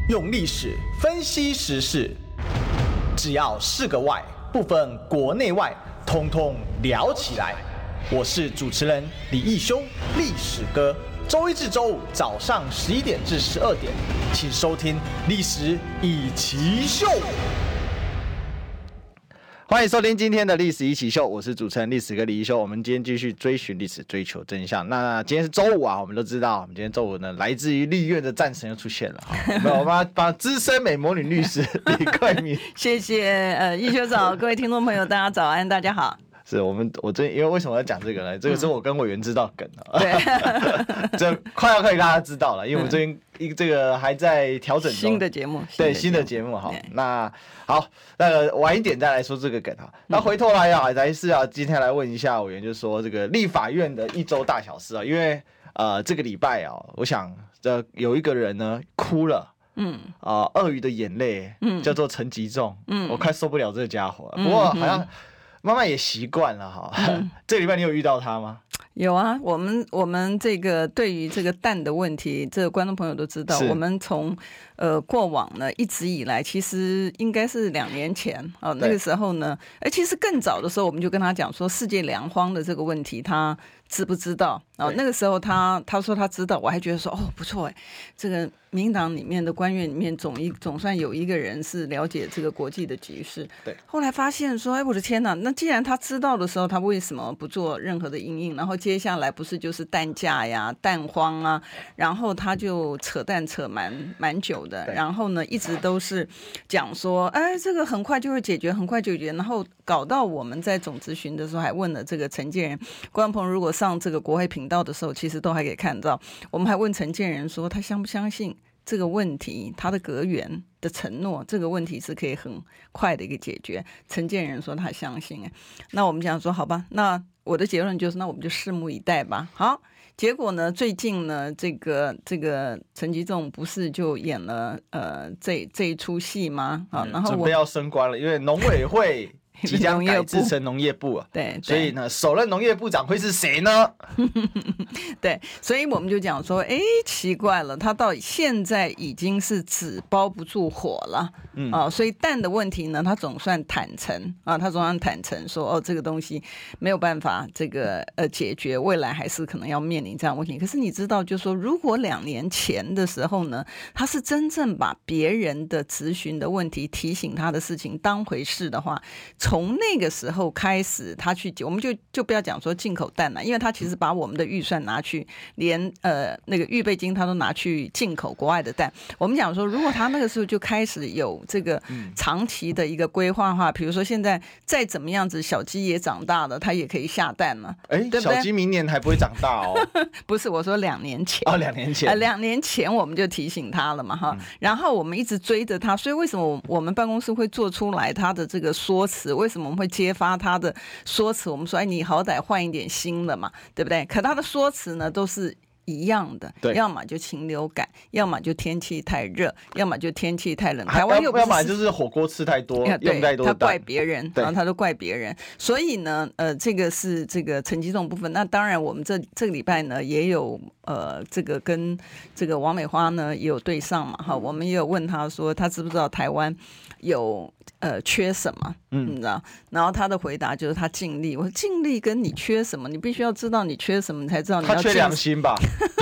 用历史分析时事，只要是个"外"，不分国内外，通通聊起来。我是主持人李义修，历史哥。周一至周五早上11点至12点，请收听《历史一起秀》。欢迎收听今天的历史一起秀，我是主持人历史哥李一修。我们今天继续追寻历史，追求真相。那今天是周五啊，我们都知道，我们今天周五呢，来自于立院的战神又出现了。我们把资深美魔女律师李桂敏， 谢谢一修早，各位听众朋友，大家早安，大家好。 是我最因为为什么要讲这个呢？这个是我跟委员知道梗了， 对， 这快要可以让大家知道了，因为我们最近这个还在调整中新的节目， 对新的节目哈。那好，那个晚一点再来说这个梗哈。那回头来啊，还是啊，今天来问一下委员，就是说这个立法院的一周大小事啊，因为这个礼拜啊，我想有一个人呢哭了。鳄鱼的眼泪，叫做陈吉仲，我快受不了这个家伙了。不过好像慢慢也习惯了哈。这个礼拜你有遇到他吗？ 有啊，我们这个对于这个蛋的问题，这个观众朋友都知道，我们从过往呢一直以来，其实应该是2年前哦，那个时候呢，其实更早的时候，我们就跟他讲说，世界粮荒的这个问题，他知不知道？哦，那个时候他说他知道，我还觉得说哦不错这个民进党里面的官员里面总算有一个人是了解这个国际的局势。 对， 后来发现说，我的天哪，那既然他知道的时候，他为什么不做任何的因应？然后接下来不是就是蛋价呀、蛋荒啊，然后他就扯蛋扯蛮久的，然后呢一直都是讲说，这个很快就会解决，很快就解决，然后搞到我们在总质询的时候还问了这个陈建仁，观众朋友如果上这个国会频道的时候，其实都还可以看到，我们还问陈建仁说他相不相信这个问题，他的阁员的承诺，这个问题是可以很快的一个解决。陈建仁说他相信，那我们讲说好吧，那我的结论就是，那我们就拭目以待吧。好，结果呢，最近呢，这个陈吉仲不是就演了这一出戏吗？然后准备要升官了，因为农委会即将改制成农业部啊， 对， 所以呢，首任农业部长会是谁呢？ 对，所以我们就讲说，奇怪了，他到现在已经是纸包不住火了，所以蛋的问题呢，他总算坦诚啊，他总算坦诚说，这个东西没有办法这个解决，未来还是可能要面临这样的问题。可是你知道，就是说，如果2年前的时候呢，他是真正把别人的质询的问题提醒他的事情当回事的话，从那个时候开始，他去我们就不要讲说进口蛋了，因为他其实把我们的预算拿去，连那个预备金他都拿去进口国外的蛋。我们讲说，如果他那个时候就开始有这个长期的一个规划的话，比如说现在再怎么样子，小鸡也长大了，它也可以下蛋了，对不对？ 小鸡明年还不会长大哦。 不是，我说2年前 2年前 2年前我们就提醒他了嘛哈，然后我们一直追着他，所以为什么我们办公室会做出来他的这个说辞？为什么我们会揭发他的说辞？我们说，你好歹换一点新的嘛，对不对？可他的说辞呢，都是一样的，要么就禽流感，要么就天气太热，要么就天气太冷。台湾又不是， 要么就是火锅吃太多，用太多的蛋， 他怪别人，然后他都怪别人。所以呢，这个是这个陈吉仲部分。那当然，我们这个礼拜呢，也有这个跟这个王美花呢也有对上嘛，哈，我们也有问他说，他知不知道台湾有缺什么？你知道？然后他的回答就是他尽力。我说尽力跟你缺什么？你必须要知道你缺什么，你才知道你要。 他缺良心吧？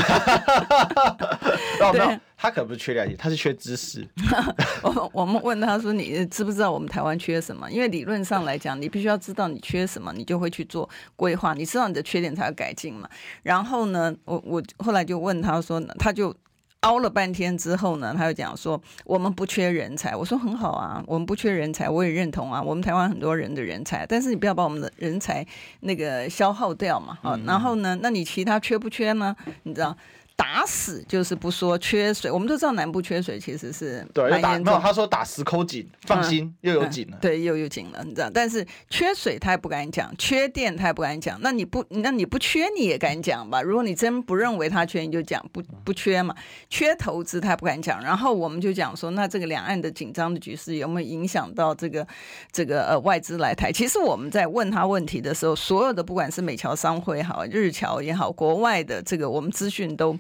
对， 他可不是缺良心，他是缺知识。 我们问他说：“你知不知道我们台湾缺什么？”因为理论上来讲，你必须要知道你缺什么，你就会去做规划。你知道你的缺点才会改进嘛。然后呢，我后来就问他说，他就熬了半天之后呢，他就讲说我们不缺人才。我说很好啊，我们不缺人才，我也认同啊，我们台湾很多人的人才，但是你不要把我们的人才那个消耗掉嘛。然后呢，那你其他缺不缺呢？你知道？打死就是不说缺水，我们都知道南部缺水其实是蛮严重。 他说打10口井，放心，又有井了。 对，又有井了，你知道？但是缺水他也不敢讲，缺电他也不敢讲。那你不缺你也敢讲吧？如果你真不认为他缺，你就讲不缺嘛。缺投资他也不敢讲。然后我们就讲说，那这个两岸的紧张的局势有没有影响到这个外资来台？其实我们在问他问题的时候，所有的不管是美侨商会也好，日侨也好，国外的这个我们资讯都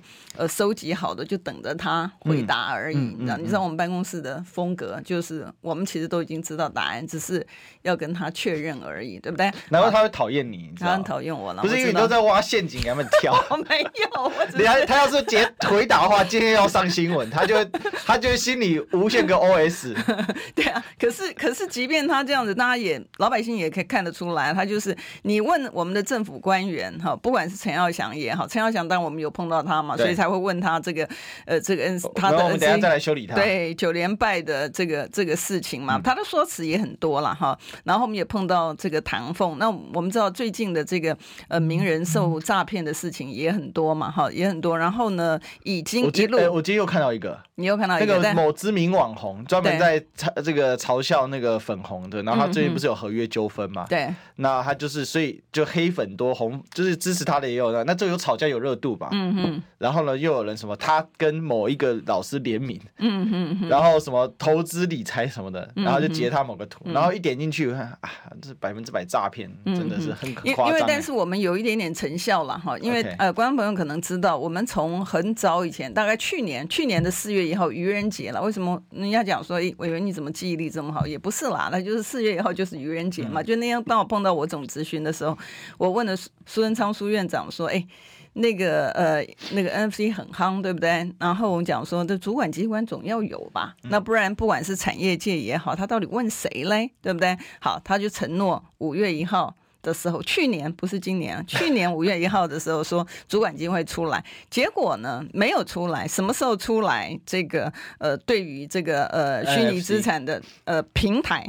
收集好的就等着他回答而已。你知道我们办公室的风格就是我们其实都已经知道答案，只是要跟他确认而已，对不对？ 然后他会讨厌你， 他很讨厌我了， 不是因为你都在挖陷阱给他们跳。 我没有， 他要是回答的话，今天要上新闻，他就心里无限个 OS。 对啊，可是即便他这样子，大家老百姓也可以看得出来，他就是你问我们的政府官员哈，不管是陈耀祥也好，陈耀祥当然我们有碰到他嘛，所以才会问他这个他的 NC， 我们等一下再来修理他。 对9连败的这个事情嘛，他的说辞也很多了哈。然后我们也碰到这个唐凤，那我们知道最近的这个名人受诈骗的事情也很多嘛，哈，也很多。然后呢，已经一路我今天又看到一个。 你又看到一个那个某知名网红专门在这个嘲笑那个粉红的，然后他最近不是有合约纠纷嘛？ 对， 那他就是所以就黑粉多红，就是支持他的也有的，那这有吵架有热度吧？然后呢，又有人什么他跟某一个老师联名，然后什么投资理财什么的，然后就截他某个图，然后一点进去看啊，这是100%诈骗，真的是很夸张。 因为但是我们有一点点成效了哈，因为观众朋友可能知道，我们从很早以前，大概去年的4月1号愚人节了。为什么人家讲说，委员你怎么记忆力这么好？也不是啦，那就是4月1号就是愚人节嘛。就那天刚好碰到我总咨询的时候，我问了苏贞昌苏院长说，那个 NFC 很夯，对不对？然后我们讲说，这主管机关总要有吧？那不然不管是产业界也好，他到底问谁嘞？对不对？好，他就承诺5月1号。的时候，去年不是今年，去年5月1号的时候说主管机会出来，结果呢没有出来，什么时候出来？这个对于这个虚拟资产的平台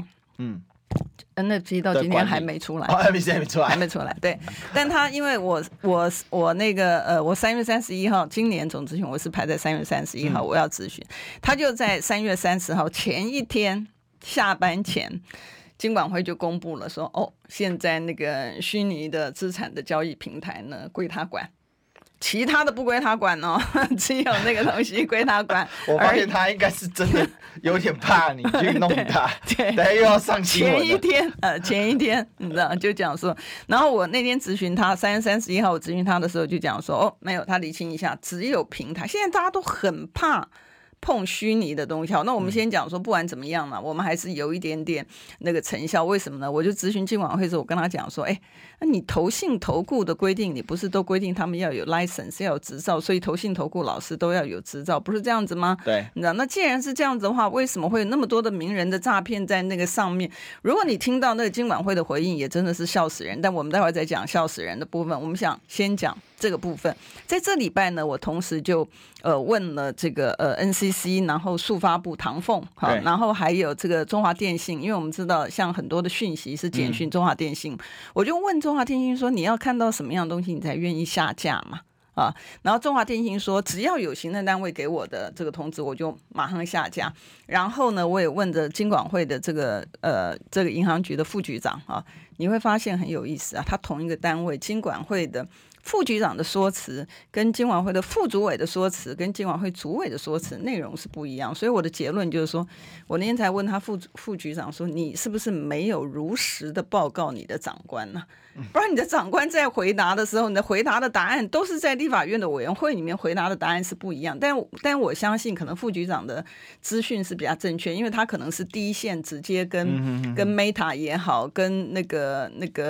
，NFT 到今天还没出来还没出来，对。但他因为我那个我3月31号，今年总咨询我是排在3月31号，我要咨询，他就在3月30号前一天下班前。金管会就公布了说，现在那个虚拟的资产的交易平台呢归他管，其他的不归他管哦，只有那个东西归他管。 我发现他应该是真的有点怕你去弄他， 对， 等下又要上新闻。 前一天，你知道就讲说，然后我那天咨询他，3月31号我咨询他的时候就讲说，没有，他厘清一下，只有平台。现在大家都很怕碰虚拟的东西。好，那我们先讲说，不管怎么样嘛，我们还是有一点点那个成效。为什么呢？我就咨询金管会的时候，我跟他讲说，那你投信投顾的规定，你不是都规定他们要有 license 要有执照，所以投信投顾老师都要有执照，不是这样子吗？ 对， 你知道，那既然是这样子的话，为什么会有那么多的名人的诈骗在那个上面？如果你听到那个金管会的回应，也真的是笑死人。但我们待会再讲笑死人的部分，我们想先讲这个部分。在这礼拜呢，我同时就问了这个NCC， 然后速发部唐凤，然后还有这个中华电信，因为我们知道像很多的讯息是简讯中华电信，我就问中华电信说，你要看到什么样的东西你才愿意下架嘛？然后中华电信说，只要有行政单位给我的这个通知，我就马上下架。然后呢，我也问着金管会的这个银行局的副局长你会发现很有意思他同一个单位，金管会的副局长的说辞跟金管会的副主委的说辞跟金管会主委的说辞内容是不一样，所以我的结论就是说，我那天才问他副局长说，你是不是没有如实的报告你的长官呢？不然你的长官在回答的时候，你的回答的答案都是在立法院的委员会里面回答的答案是不一样。但我相信可能副局长的资讯是比较正确，因为他可能是第一线直接跟 Meta 也好，跟那个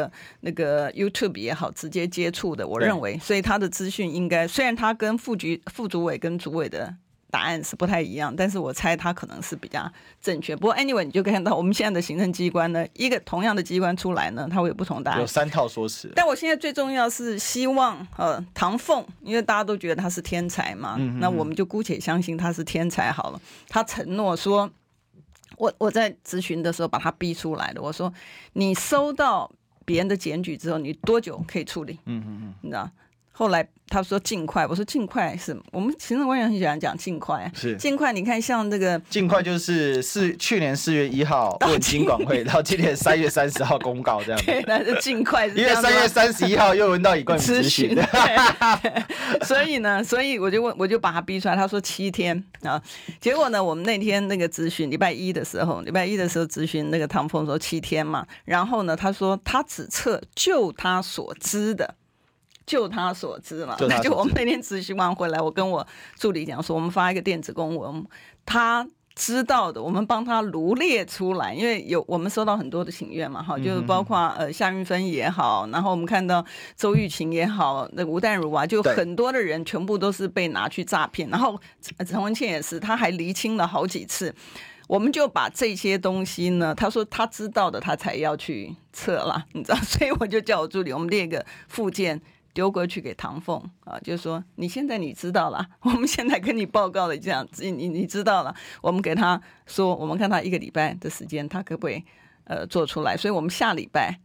YouTube 也好直接接触的，我认为，所以他的资讯应该，虽然他跟副主委跟主委的答案是不太一样，但是我猜他可能是比较正确。不过 anyway， 你就看到我们现在的行政机关呢，一个同样的机关出来呢，它会有不同答案， 有3套说辞。 但我现在最重要是希望唐凤，因为大家都觉得他是天才嘛，那我们就姑且相信他是天才好了。他承诺说，我在咨询的时候把他逼出来的，我说你收到别人的检举之后，你多久可以处理？你知道？后来他说尽快，我说尽快是我们行政官员很喜欢讲尽快， 是尽快。你看像这个尽快就是去年4月1号问金管会，到今年3月30号公告这样子。 对，那是尽快是因为3月31号又轮到以冠咨询， 所以我就把他逼出来。他说7天啊，结果呢，我们那天那个咨询礼拜一的时候咨询那个唐凤说7天嘛，然后呢，他说他只测就他所知的就他所知嘛。那就我们那天咨询完回来，我跟我助理讲说，我们发一个电子公文，他知道的，我们帮他罗列出来，因为我们收到很多的请愿嘛，哈，就是包括夏运芬也好，然后我们看到周玉琴也好，那吴淡如啊，就很多的人全部都是被拿去诈骗，然后陈文茜也是，他还厘清了好几次。我们就把这些东西呢，他说他知道的，他才要去测啦，你知道，所以我就叫我助理，我们列个附件丢过去给唐凤啊，就是说你现在你知道了，我们现在跟你报告了这样，你知道了，我们给他说，我们看他1个礼拜的时间，他可不可以做出来？所以我们下礼拜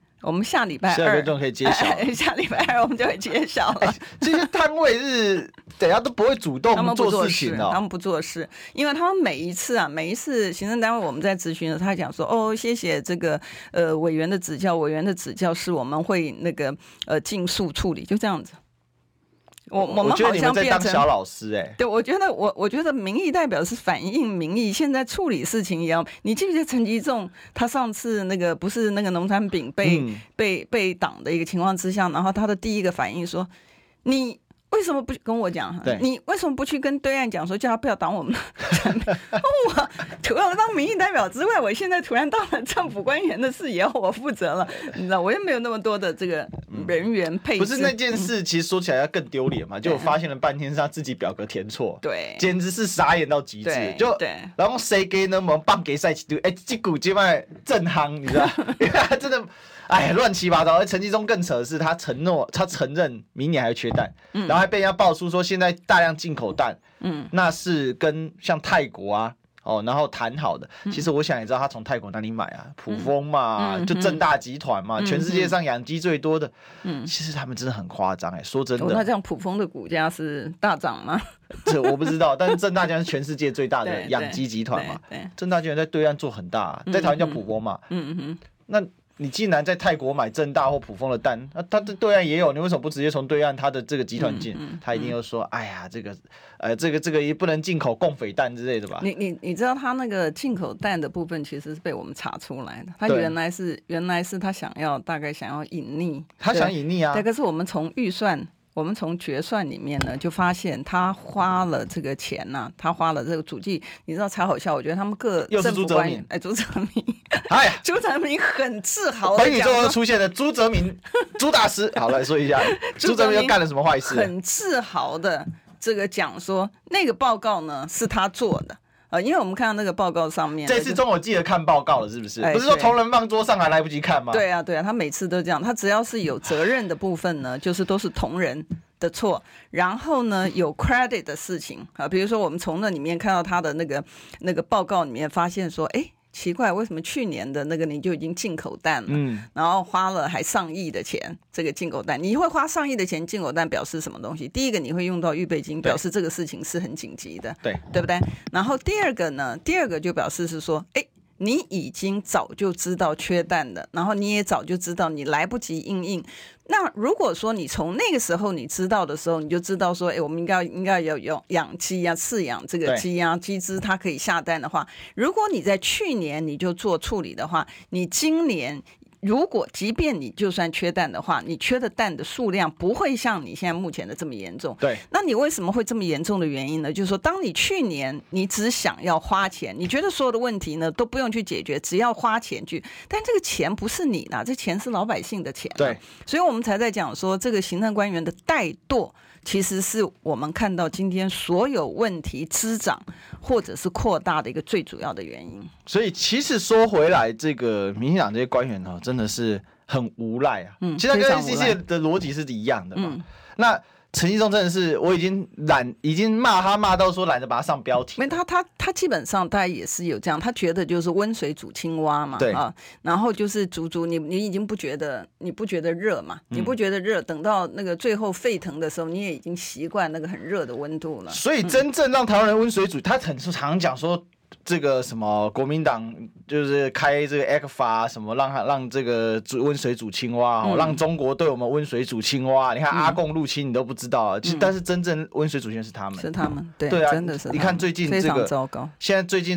2 就可以揭晓， 下礼拜2我们就会揭晓了。 这些摊位是等下都不会主动做事情的， 他们不做事，因为他们每一次行政单位我们在咨询的时候，他讲说谢谢这个委员的指教，委员的指教是我们会那个尽速处理，就这样子。我们好像变成小老师对，我觉得民意代表是反映民意，现在处理事情也要。你记不记得陈吉仲他上次那个不是那个农产品被挡的一个情况之下，然后他的第一个反应说你为什么不跟我讲？你为什么不去跟对岸讲说叫他不要挡我们的产品？我除了当民意代表之外，我现在突然到了政府官员的事也要我负责了，你知道，我又没有那么多的这个人员配置。 不是那件事，其实说起来要更丢脸嘛，就我发现了半天是他自己表格填错， 对， 简直是傻眼到极致。就然后谁给呢？我们棒给赛起丢，这股接卖正夯，你知道，因为他真的。乱七八糟。而陈吉仲更扯的是，他承认明年还会缺蛋，然后还被人家爆出说现在大量进口蛋，那是跟像泰国啊，然后谈好的。其实我想也知道他从泰国哪里买啊，普丰嘛，就正大集团嘛，全世界上养鸡最多的。其实他们真的很夸张说真的。 那这样普丰的股价是大涨吗？ 这我不知道，但是正大集团是全世界最大的养鸡集团嘛。正大集团在对岸做很大，在台湾叫普丰嘛。那你既然在泰国买正大或普丰的蛋，他的对岸也有，你为什么不直接从对岸他的这个集团进？他一定要说，哎呀，这个也不能进口共匪蛋之类的吧？ 你知道他那个进口蛋的部分其实是被我们查出来的，他原来是他大概想要隐匿， 他想隐匿啊。 对，可是我们从决算里面呢，就发现他花了这个钱呐，他花了这个主计，你知道超好笑，我觉得他们各政府官员，朱泽民，朱泽民很自豪的讲说，本宇宙出现的朱泽民，朱大师，好来说一下，朱泽民又干了什么坏事？ 很自豪的这个讲说，那个报告呢是他做的。因为我们看到那个报告上面， 这次中我记得看报告了，是不是？不是说同仁放桌上还来不及看吗？ 对啊，他每次都这样，他只要是有责任的部分呢，就是都是同仁的错，然后呢有 credit 的事情比如说我们从那里面看到他的那个报告里面发现说，奇怪，为什么去年的那个你就已经进口蛋了，然后花了还上亿的钱，这个进口蛋，你会花上亿的钱进口蛋表示什么东西？第一个你会用到预备金，表示这个事情是很紧急的，对不对？然后第二个就表示是说，你已经早就知道缺蛋的，然后你也早就知道你来不及因应。那如果说你从那个时候你知道的时候，你就知道说，我们应该有养鸡啊，饲养这个鸡啊，鸡只它可以下蛋的话，如果你在去年你就做处理的话，你今年如果即便你就算缺蛋的话，你缺的蛋的数量不会像你现在目前的这么严重。 对， 那你为什么会这么严重的原因呢？就是说，当你去年你只想要花钱，你觉得所有的问题呢都不用去解决，只要花钱去，但这个钱不是你拿，这钱是老百姓的钱。 对， 所以我们才在讲说，这个行政官员的怠惰，其实是我们看到今天所有问题滋长或者是扩大的一个最主要的原因。 所以其实说回来，这个民进党这些官员真的是很无赖啊。其实跟 NCC 的逻辑是一样的嘛。那陈吉仲真的是，我已经骂他骂到说懒得把他上标题。 他基本上大概也是有这样，他觉得就是温水煮青蛙嘛， 对然后就是煮你已经不觉得热嘛，你不觉得热，等到那个最后沸腾的时候，你也已经习惯那个很热的温度了。 所以真正让台湾人温水煮，他很常讲说。这个什么国民党就是开这个 ACT 法什么让这个温水煮青蛙，让中国对我们温水煮青蛙。你看阿共入侵你都不知道，但是真正温水煮青蛙是他们， 对啊，真的是他们。 你看最近这个非常糟糕。 现在最近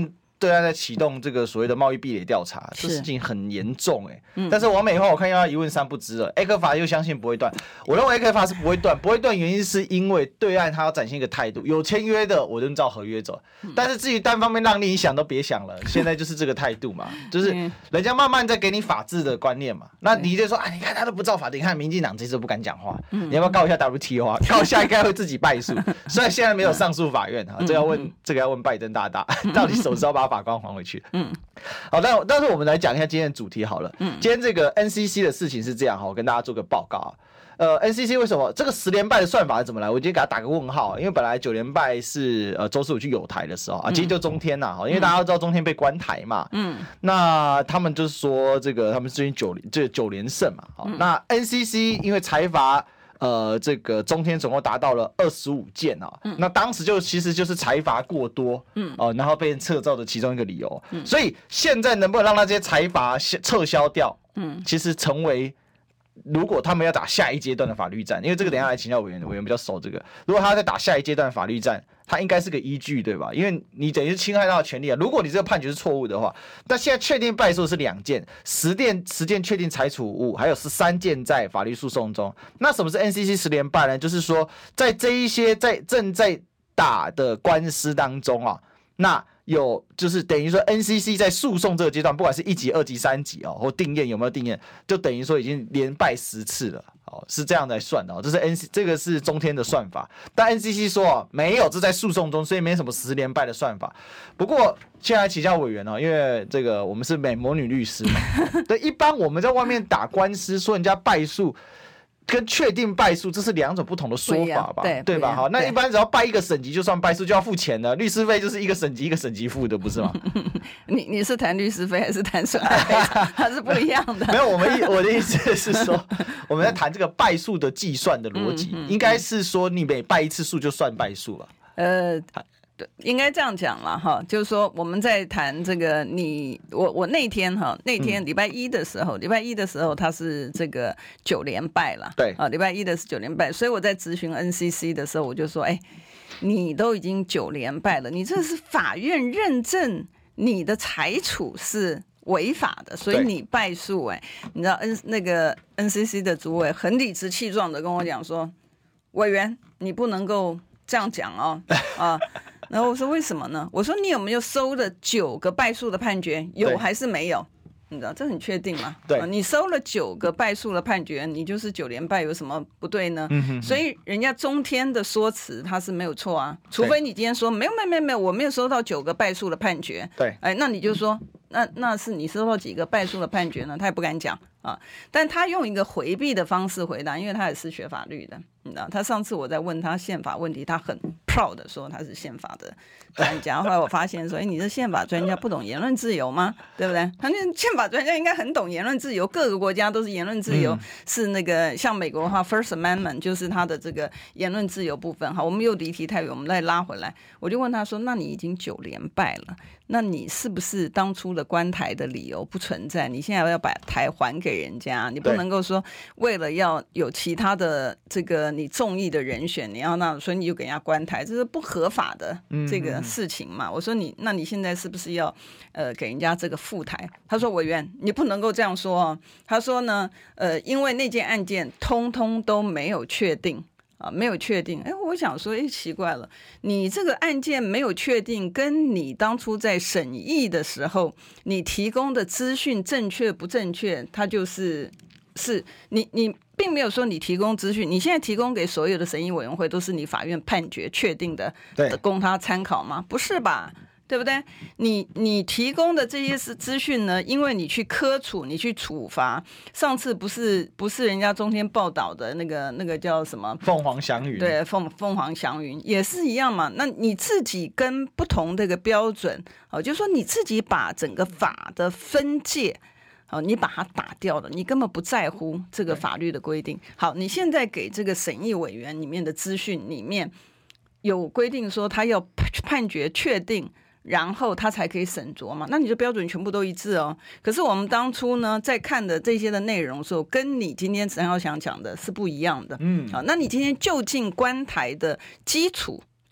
对岸在启动这个所谓的贸易壁垒调查，这事情很严重但是王美花我看要一问三不知了，ECFA又相信不会断，我认为 ECFA 是不会断原因是因为对岸他要展现一个态度，有签约的我就照合约走，但是至于单方面让你想都别想了，现在就是这个态度嘛，就是人家慢慢在给你法治的观念嘛，那你就说你看他都不照法，你看民进党这次不敢讲话，你要不要告一下 WTO 啊？告下应该会自己败诉，虽然现在没有上诉法院这个要问拜登大大，到底什么时候把法官还回去？好，但是我们来讲一下今天的主题好了。今天这个 NCC 的事情是这样我跟大家做个报告NCC 为什么这个10连败的算法是怎么来？我今天给他打个问号，因为本来9连败是周四我去友台的时候今天就中天因为大家都知道中天被关台嘛，那他们就是说这个他们最近9连胜嘛，那 NCC 因为裁罚这个中天总共达到了25件那当时其实就是裁罚过多，然后被人撤照的其中一个理由，所以现在能不能让那些裁罚撤销掉，其实成为如果他们要打下一阶段的法律战，因为这个等一下来请教委员比较熟这个，如果他在打下一阶段的法律战，他应该是个依据对吧？因为你等于是侵害到权利如果你这个判决是错误的话，但现在确定败诉是2件，10件确定裁处物，还有13件在法律诉讼中。那什么是 NCC 10连败呢？就是说在这一些正在打的官司当中那有就是等于说 NCC 在诉讼这个阶段，不管是1级、2级、3级或定验有没有定验，就等于说已经连败10次了是这样来算的这个是中天的算法，但 NCC 说没有，这在诉讼中，所以没什么10连败的算法。不过现在请教委员因为这个我们是美魔女律师嘛对，一般我们在外面打官司说人家败诉跟确定败诉这是2种不同的说法吧，对吧？好，那一般只要败一个省级就算败诉，就要付钱了，律师费就是一个省级付的，不是吗？ 你是谈律师费还是谈损害赔偿？它是不一样的。 没有，我的意思是说，我们在谈这个败诉的计算的逻辑，应该是说你每败一次诉就算败诉了。 对，应该这样讲了就是说我们在谈这个我那天礼拜一的时候他是这个9连败了， 对礼拜一的是9连败，所以我在咨询 NCC 的时候我就说你都已经9连败了，你这是法院认证你的裁处是违法的，所以你败诉你知道那个 NCC 的主委很理直气壮的跟我讲说，委员你不能够这样讲然后我说为什么呢？我说你有没有收了9个败诉的判决？有还是没有？你知道这很确定吗？ 对， 你收了9个败诉的判决，你就是9连败，有什么不对呢？所以人家中天的说辞他是没有错除非你今天说没有，我没有收到9个败诉的判决。 对， 那你就说那是你收到几个败诉的判决呢？他也不敢讲但他用一个回避的方式回答，因为他也是学法律的，你知道，他上次我在问他宪法问题，他很 proud 的说他是宪法的专家。后来我发现说，你是宪法专家不懂言论自由吗？对不对？他那宪法专家应该很懂言论自由，各个国家都是言论自由，是那个像美国的话 First Amendment 就是他的这个言论自由部分。好，我们又离题太远，我们再拉回来。我就问他说，那你已经9连败了，那你是不是当初的关台的理由不存在？你现在要把台还给人家，你不能够说为了要有其他的这个你中意的人选，你要所以你就给人家关台，这是不合法的这个事情嘛。我说那你现在是不是要给人家这个复台？他说委员你不能够这样说他说呢因为那件案件通通都没有确定没有确定。我想说奇怪了，你这个案件没有确定，跟你当初在审议的时候你提供的资讯正确不正确，它就是你并没有说你提供资讯，你现在提供给所有的审议委员会都是你法院判决确定的供他参考吗？不是吧？对不对？你提供的这些资讯呢，因为你去科处，你去处罚，上次不是人家中天报道的那个叫什么凤凰祥云， 对，凤凰祥云也是一样嘛。那你自己跟不同的一个标准就是说你自己把整个法的分界你把它打掉了，你根本不在乎这个法律的规定。好，你现在给这个审议委员里面的资讯里面有规定说他要判决确定，然后他才可以审酌嘛，那你的标准全部都一致可是我们当初呢在看的这些的内容的时候，跟你今天陈耀祥讲的是不一样的。好，那你今天就近关台的基础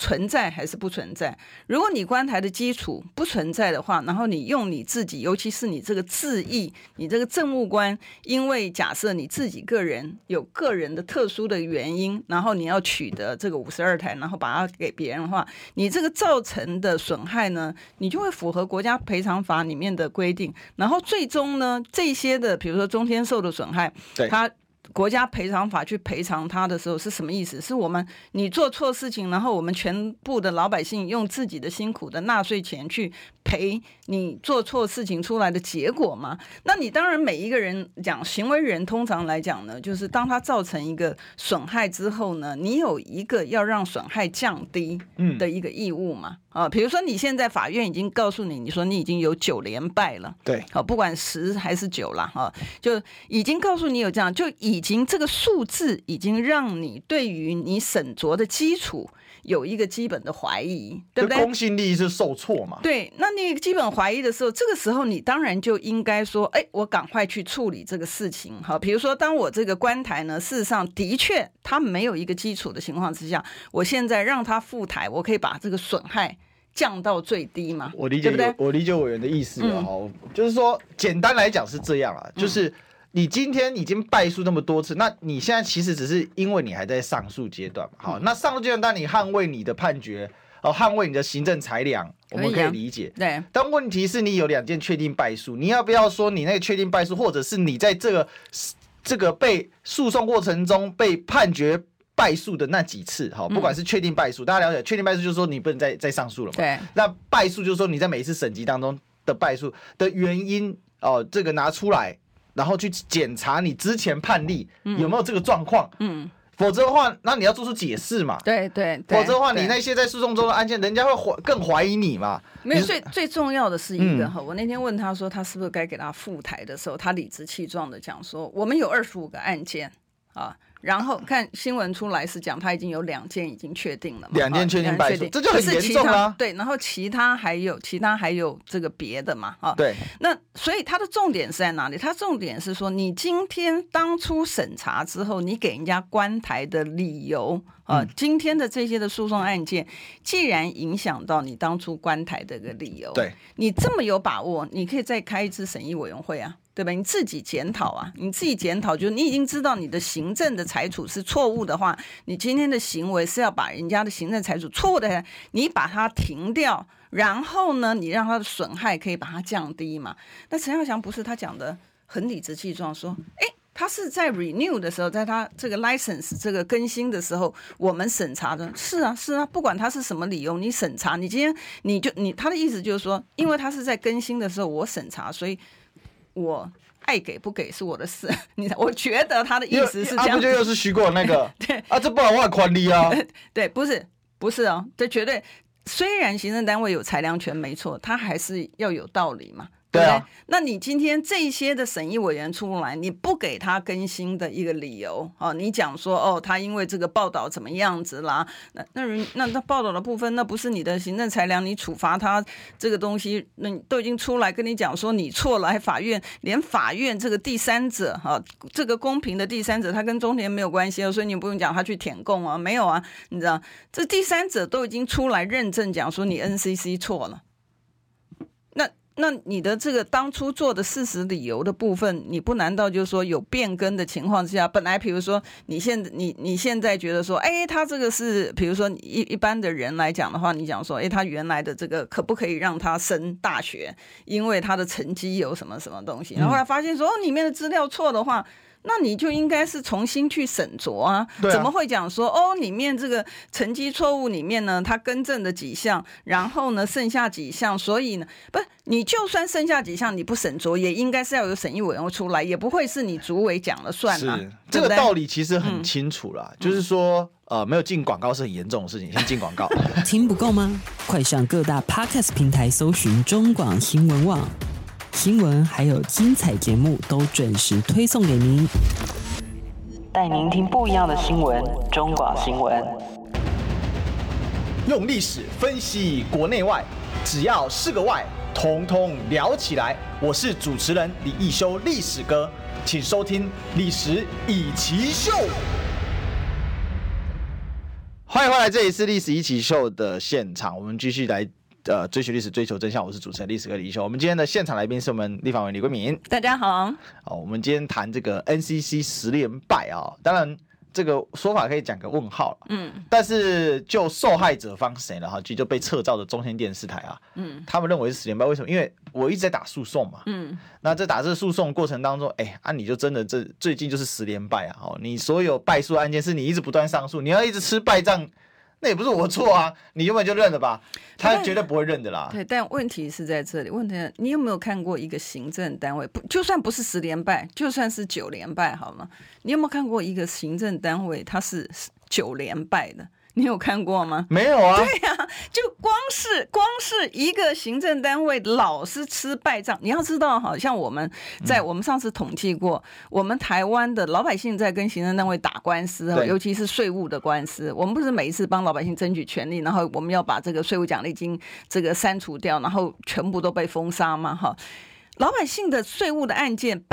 存在还是不存在？如果你关台的基础不存在的话，然后你用你自己，尤其是你这个自意，你这个政务官，因为假设你自己个人有个人的特殊的原因，然后你要取得这个52台，然后把它给别人的话，你这个造成的损害呢，你就会符合国家赔偿法里面的规定，然后最终呢，这些的比如说中天受的损害，它国家赔偿法去赔偿他的时候是什么意思？是我们你做错事情，然后我们全部的老百姓用自己的辛苦的纳税钱去赔你做错事情出来的结果吗？那你当然每一个人讲行为人，通常来讲呢，就是当他造成一个损害之后呢，你有一个要让损害降低的一个义务嘛。比如说你现在法院已经告诉你，你说你已经有9连败了， 对， 不管10还是9啦，就已经告诉你有这样，就已经这个数字已经让你对于你审酌的基础有一个基本的怀疑，对不对？ 公信力是受挫嘛？ 对，那你基本怀疑的时候，这个时候你当然就应该说，我赶快去处理这个事情。好，比如说，当我这个关台呢，事实上的确它没有一个基础的情况之下，我现在让它复台，我可以把这个损害降到最低嘛？ 我理解，对不对？我理解委员的意思了哈，就是说，简单来讲是这样啊，就是你今天已经败诉那么多次，那你现在其实只是因为你还在上诉阶段嘛。好，那上诉阶段，当你捍卫你的判决，捍卫你的行政裁量，我们可以理解。 对。 但问题是你有2件确定败诉，你要不要说你那个确定败诉，或者是你在这个被诉讼过程中被判决败诉的那几次，不管是确定败诉，大家了解，确定败诉就是说你不能再上诉了嘛。 对。 那败诉就是说你在每一次审级当中的败诉的原因，这个拿出来。然后去检查你之前判例有没有这个状况，否则的话，那你要做出解释嘛， 对， 否则的话，你那些在诉讼中的案件，人家会更怀疑你嘛。 没有，最重要的是一个我那天问他说，他是不是该给他复台的时候，他理直气壮的讲说，我们有25个案件啊。然后看新闻出来是讲他已经有2件已经确定了嘛，2 件确定败诉，这就很严重啊。 对，然后其他还有这个别的嘛， 对。 那所以他的重点是在哪里？他重点是说，你今天当初审查之后，你给人家关台的理由今天的这些的诉讼案件，既然影响到你当初关台的一个理由， 对， 你这么有把握，你可以再开一次审议委员会啊。对吧？你自己检讨啊，你自己检讨，就是你已经知道你的行政的裁处是错误的话，你今天的行为是要把人家的行政裁处错误的，你把它停掉，然后呢，你让他的损害可以把它降低嘛。那陈耀祥不是他讲的很理直气壮说，他是在 renew 的时候，在他这个 license 这个更新的时候，我们审查的是啊，不管他是什么理由，你审查，你今天他的意思就是说，因为他是在更新的时候我审查，所以我爱给不给是我的事。我觉得他的意思是这样， 不就又是徐国那个对啊，这不然我很宽利啊。 对，不是哦，这绝对，虽然行政单位有裁量权没错，他还是要有道理嘛。对不对？那你今天这些的审议委员出来，你不给他更新的一个理由你讲说他因为这个报道怎么样子啦，那报道的部分，那不是你的行政裁量，你处罚他这个东西，那你都已经出来跟你讲说你错了，还连法院这个第三者这个公平的第三者，他跟中天没有关系所以你不用讲他去舔共啊，没有啊，你知道这第三者都已经出来认证讲说你 NCC 错了。那你的这个当初做的事实理由的部分，你不难道就是说有变更的情况之下，本来比如说你现在觉得说，他这个是比如说一般的人来讲的话，你讲说，他原来的这个可不可以让他升大学，因为他的成绩有什么什么东西，然后后来发现说，里面的资料错的话。那你就应该是重新去审酌啊，怎么会讲说里面这个成绩错误里面呢，他更正的几项，然后呢剩下几项，所以呢不是你就算剩下几项你不审酌，也应该是要有审议委员会出来，也不会是你主委讲了算啊。 是这个道理其实很清楚啦，就是说没有进广告是很严重的事情，先进广告。 听不够吗？快上各大 Podcast 平台搜寻中广新闻网。新闻还有精彩节目都准时推送给您，带您听不一样的新闻。中广新闻用历史分析国内外，只要是个外，统统聊起来。我是主持人李义修，历史哥，请收听《历史以奇秀》。 欢迎回来，这里是历史一起秀的现场，我们继续来追寻历史，追求真相。我是主持人历史哥李修。我们今天的现场来宾是我们立法委员李桂敏。 大家好。 我们今天谈这个 NCC 10连败啊，当然这个说法可以讲个问号了。但是就受害者方谁了哈，就被撤照的中天电视台啊，他们认为是10连败，为什么？因为我一直在打诉讼嘛。那在打这个诉讼过程当中，你就真的最近就是10连败啊！你所有败诉案件是你一直不断上诉，你要一直吃败仗，那也不是我错啊，你原本就认了吧？他绝对不会认的啦。 对，但问题是在这里，问题你有没有看过一个行政单位，就算不是10连败，就算是9连败好吗？你有没有看过一个行政单位它是9连败的？你有看过吗？ 没有啊。 对呀，就光是一个行政单位老是吃败仗，你要知道，好像我们上次统计过，我们台湾的老百姓在跟行政单位打官司，尤其是税务的官司，我们不是每一次帮老百姓争取权利，然后我们要把这个税务奖励金这个删除掉，然后全部都被封杀吗？哈，老百姓的税务的案件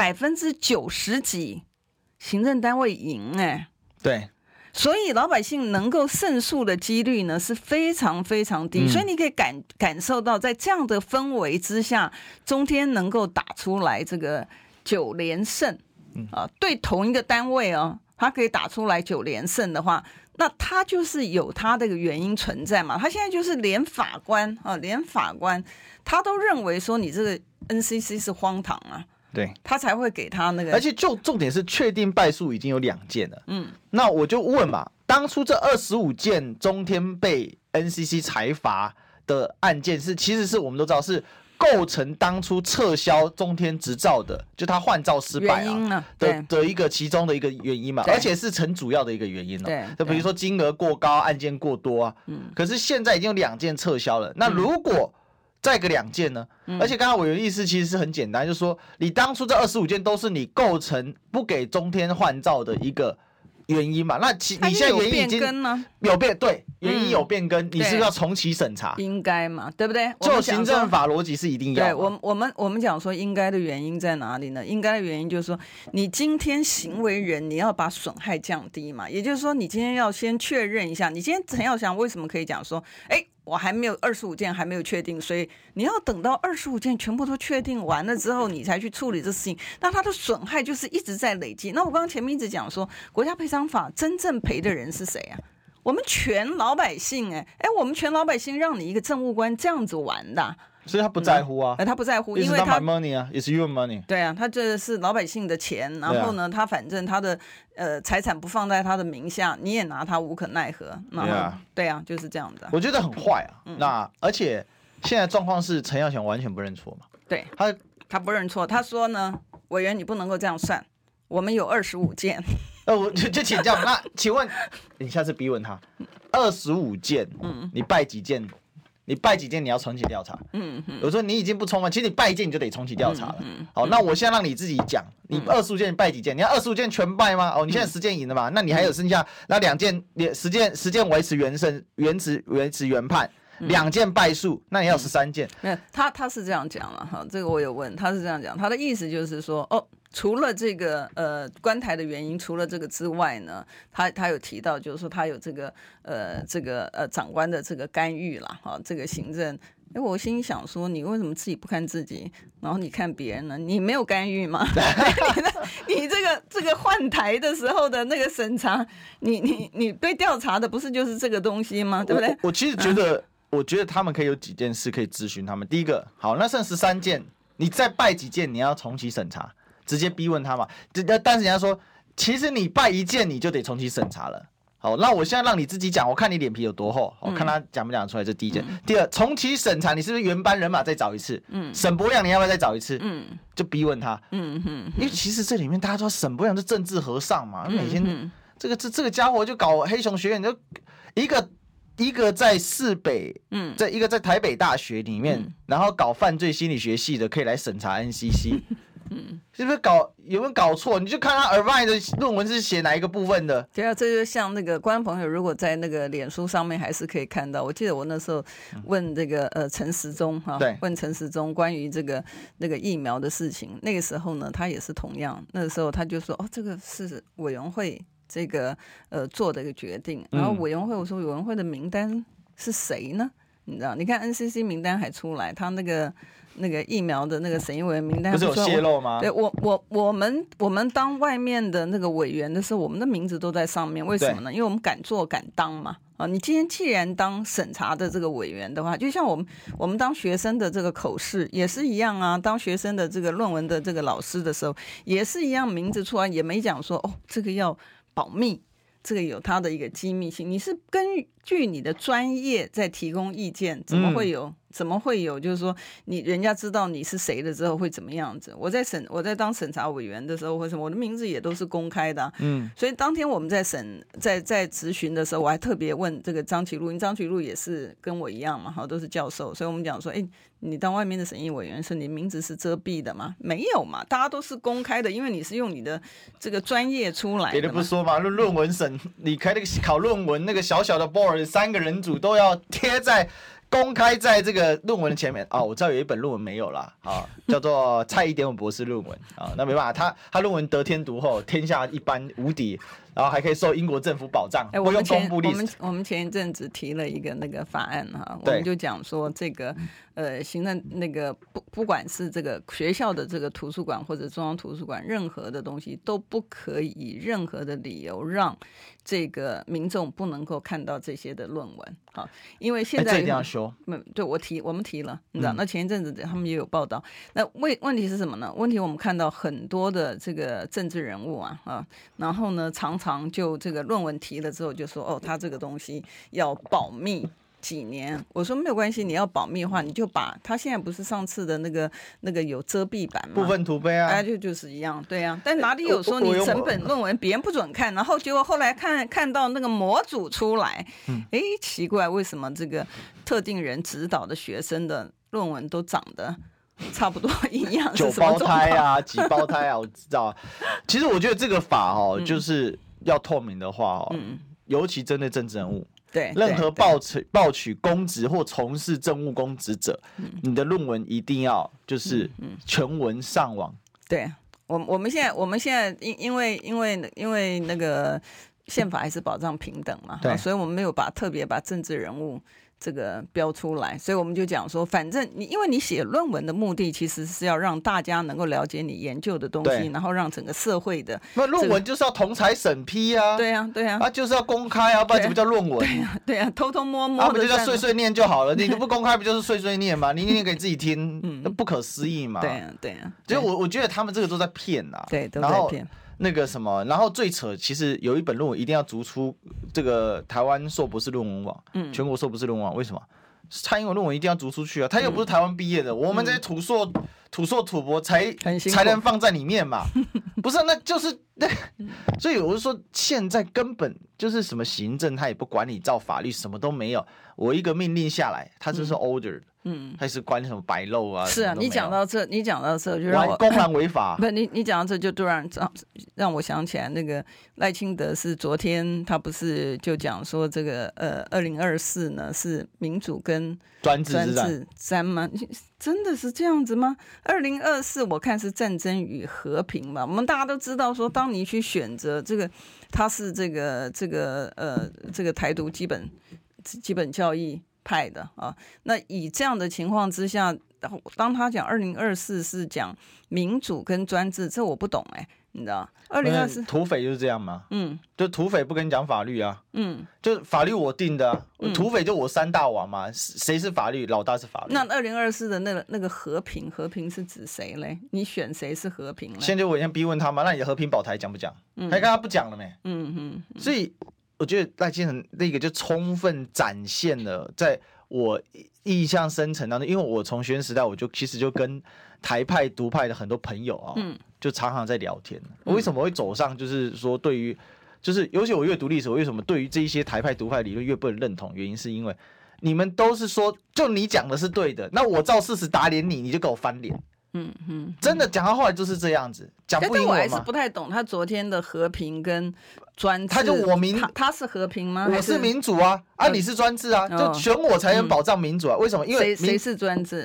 90%几，行政单位赢对。 所以老百姓能够胜诉的几率呢是非常非常低，所以你可以感受到，在这样的氛围之下，中天能够打出来这个9连胜，对同一个单位他可以打出来9连胜的话，那他就是有他的原因存在嘛。他现在就是连法官他都认为说你这个 NCC 是荒唐啊。 对， 他才会给他那个， 而且就重点是确定败诉已经有2件了。那我就问嘛，当初这25件中天被 NCC 裁罚的案件其实是我们都知道是构成当初撤销中天执照的，就他换照失败的一个其中的一个原因嘛，而且是很主要的一个原因就比如说金额过高，案件过多啊。可是现在已经有2件撤销了，那如果再个2件呢？而且刚刚委员意思其实是很简单，就是说你当初这25件都是你构成不给中天换照的一个原因嘛？那你现在原因已经有变，对，原因有变更，你是不是要重启审查？ 应该嘛，对不对？ 就行政法逻辑是一定要的。 对，我们讲说应该的原因在哪里呢？应该的原因就是说，你今天行为人你要把损害降低嘛，也就是说你今天要先确认一下，你今天陈耀祥为什么可以讲说，我还没有25件还没有确定，所以你要等到25件全部都确定完了之后，你才去处理这事情。那它的损害就是一直在累积。那我刚刚前面一直讲说，国家赔偿法真正赔的人是谁啊？我们全老百姓我们全老百姓让你一个政务官这样子玩的所以他不在乎啊， 他不在乎，因为他 It's not my money 啊 ，It's your money。 对啊，他这是老百姓的钱，然后呢，他反正他的财产不放在他的名下，你也拿他无可奈何。对啊，就是这样的。 我觉得很坏啊。那而且现在状况是陈耀祥完全不认错嘛？ 对，他不认错，他说呢，委员你不能够这样算，我们有25件。 我就请教，那请问你下次逼问他，25件，你败几件？你败几件你要重启调查。我说你已经不充分，其实你败一件你就得重启调查了。好，那我现在让你自己讲，你25件你败几件？你要25件全败吗？你现在10件赢了嘛？那你还有剩下那2件，10件维持原胜，维持原判。2件败诉，那你要13件。 没有，他是这样讲了哈，这个我有问，他是这样讲，他的意思就是说，除了这个关台的原因，除了这个之外呢，他有提到，就是说他有这个长官的这个干预啦，哈，这个行政。我心里想说，你为什么自己不看自己，然后你看别人呢？你没有干预吗？你这个换台的时候的那个审查，你被调查的不是就是这个东西吗？对不对？ 我其实觉得。我觉得他们可以有几件事可以咨询他们。第一个，好，那剩13件，你再败几件，你要重启审查，直接逼问他嘛。但是人家说，其实你败1件，你就得重启审查了。好，那我现在让你自己讲，我看你脸皮有多厚，我看他讲不讲得出来。这第一件。第二，重启审查，你是不是原班人马再找一次？沈伯洋你要不要再找一次？就逼问他。因为其实这里面大家说沈伯洋是政治和尚嘛，每天这个家伙就搞黑熊学院，就一个在市北，一个在台北大学里面，然后搞犯罪心理学系的，可以来审查 NCC，是不是有没有搞错？你就看他 Irvine 的论文是写哪一个部分的？ 对啊，这就像那个观众朋友，如果在那个脸书上面还是可以看到。我记得我那时候问这个陈时中哈，问陈时中关于那个疫苗的事情，那个时候呢，他也是同样，那个时候他就说这个是委员会这个做的一个决定。然后委员会我说委员会的名单是谁呢？你知道，你看 NCC 名单还出来，他那个疫苗的那个审议委员名单不是有泄露吗？ 对，我们当外面的那个委员的时候，我们的名字都在上面，为什么呢？因为我们敢做敢当嘛。你今天既然当审查的这个委员的话，就像我们当学生的这个口试也是一样啊，当学生的这个论文的这个老师的时候也是一样，名字出来也没讲说这个要保密。这个有它的一个机密性，你是根据你的专业在提供意见，怎么会有就是说人家知道你是谁了之后会怎么样子？我在当审查委员的时候，或者我的名字也都是公开的，所以当天我们在质询的时候，我还特别问这个张启禄，因为张启禄也是跟我一样嘛，都是教授，所以我们讲说，你当外面的审议委员，是你名字是遮蔽的吗？没有嘛，大家都是公开的，因为你是用你的这个专业出来的。 别的不说嘛，论文审，你开那个考论文那个小小的 board， 3个人组都要贴在。公开在这个论文的前面我知道有一本论文没有啦叫做蔡宜典博士论文那没办法，他论文得天独厚，天下一般无敌，然后还可以受英国政府保障，不用公布历史。 我们前一阵子提了一个那个法案我们就讲说这个行政那个不管是这个学校的这个图书馆或者中央图书馆，任何的东西都不可以以任何的理由让这个民众不能够看到这些的论文因为现在这一定要修。 对，我们提了，你知道，那前一阵子他们也有报道。那问题是什么呢？问题我们看到很多的这个政治人物然后呢，常常就这个论文提了之后就说他这个东西要保密几年。我说没有关系，你要保密的话，你就把他现在不是上次的那个有遮蔽版吗？ 部分图碑就是一样，对啊。但哪里有说你整本论文别人不准看，然后结果后来看到那个模组出来，奇怪，为什么这个特定人指导的学生的论文都长得差不多一样 ？9胞胎几胞胎我知道。其实我觉得这个法就是要透明的话尤其针对政治人物。 对， 任何报取公职或从事政务公职者，你的论文一定要就是全文上网。 对，我们现在因为那个宪法还是保障平等嘛，所以我们没有特别把政治人物这个标出来，所以我们就讲说，反正因为你写论文的目的其实是要让大家能够了解你研究的东西，然后让整个社会的那论文就是要同侪审批对啊就是要公开不然怎么叫论文？ 对啊，偷偷摸摸的不就叫碎碎念就好了？你不公开不就是碎碎念吗？你念给自己听，那不可思议嘛。 对啊， 就我觉得他们这个都在骗对，都在骗。 那个什么，然后最扯，其实有一本论文一定要逐出这个台湾硕博士论文网，全国硕博士论文网，为什么？蔡英文论文一定要逐出去他又不是台湾毕业的，我们这些土硕土博才能放在里面嘛，不是？那就是所以我就说，现在根本就是什么行政，他也不管你，照法律什么都没有，我一个命令下来，他就是 order。还是关什么白漏是啊，你讲到这就让我公然违法。 不，你讲到这就突然让我想起来，那个赖清德是昨天他不是就讲说这个2024呢是民主跟专制战吗？真的是这样子吗？2024我看是战争与和平嘛。我们大家都知道说，当你去选择这个，他是这个台独基本教义派的那以这样的情况之下，当他讲2024是讲民主跟专制，这我不懂你知道？2024 土匪就是这样吗？就土匪不跟你讲法律就法律我定的土匪就我3大王嘛，谁是法律，老大是法律。 那2024的那个和平是指谁嘞？你选谁是和平嘞？ 现在我先逼问他嘛，那你的和平保台讲不讲？还跟他不讲了没？所以我觉得赖清德那个就充分展现了，在我印象深层当中，因为我从学生时代其实就跟台派独派的很多朋友就常常在聊天。我为什么会走上就是说对于就是尤其我阅读历史，我为什么对于这一些台派独派理论越不能认同？原因是因为你们都是说就你讲的是对的，那我照事实打脸你就给我翻脸。真的讲到后来就是这样子，讲不赢我吗？ 但我还是不太懂他昨天的和平跟专制。 他就他是和平吗？ 我是民主你是专制就选我才能保障民主为什么？因为谁是专制？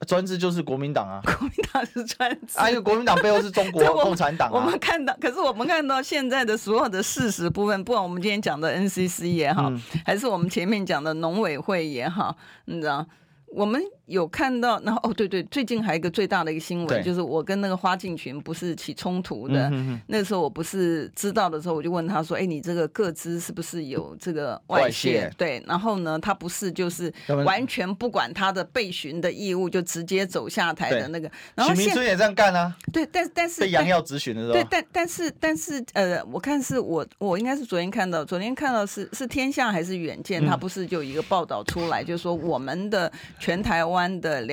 专制就是国民党啊， 国民党是专制因为国民党背后是中国共产党啊。 我们看到，可是我们看到现在的所有的事实部分，不管我们今天讲的 NCC 也好，还是我们前面讲的农委会也好，你知道。我们有看到，然后对，最近还有一个最大的一个新闻，就是我跟那个花敬群不是起冲突的，那时候我不是知道的时候，我就问他说：“哎，你这个个资是不是有这个外泄？”对，然后呢，他不是就是完全不管他的备询的义务，就直接走下台的那个。然后许明春也这样干啊。 对，但是被杨耀质询的时候， 对，但是我看是我应该是昨天看到是天下还是远见，他不是就有一个报道出来，就是说我们的。全台湾的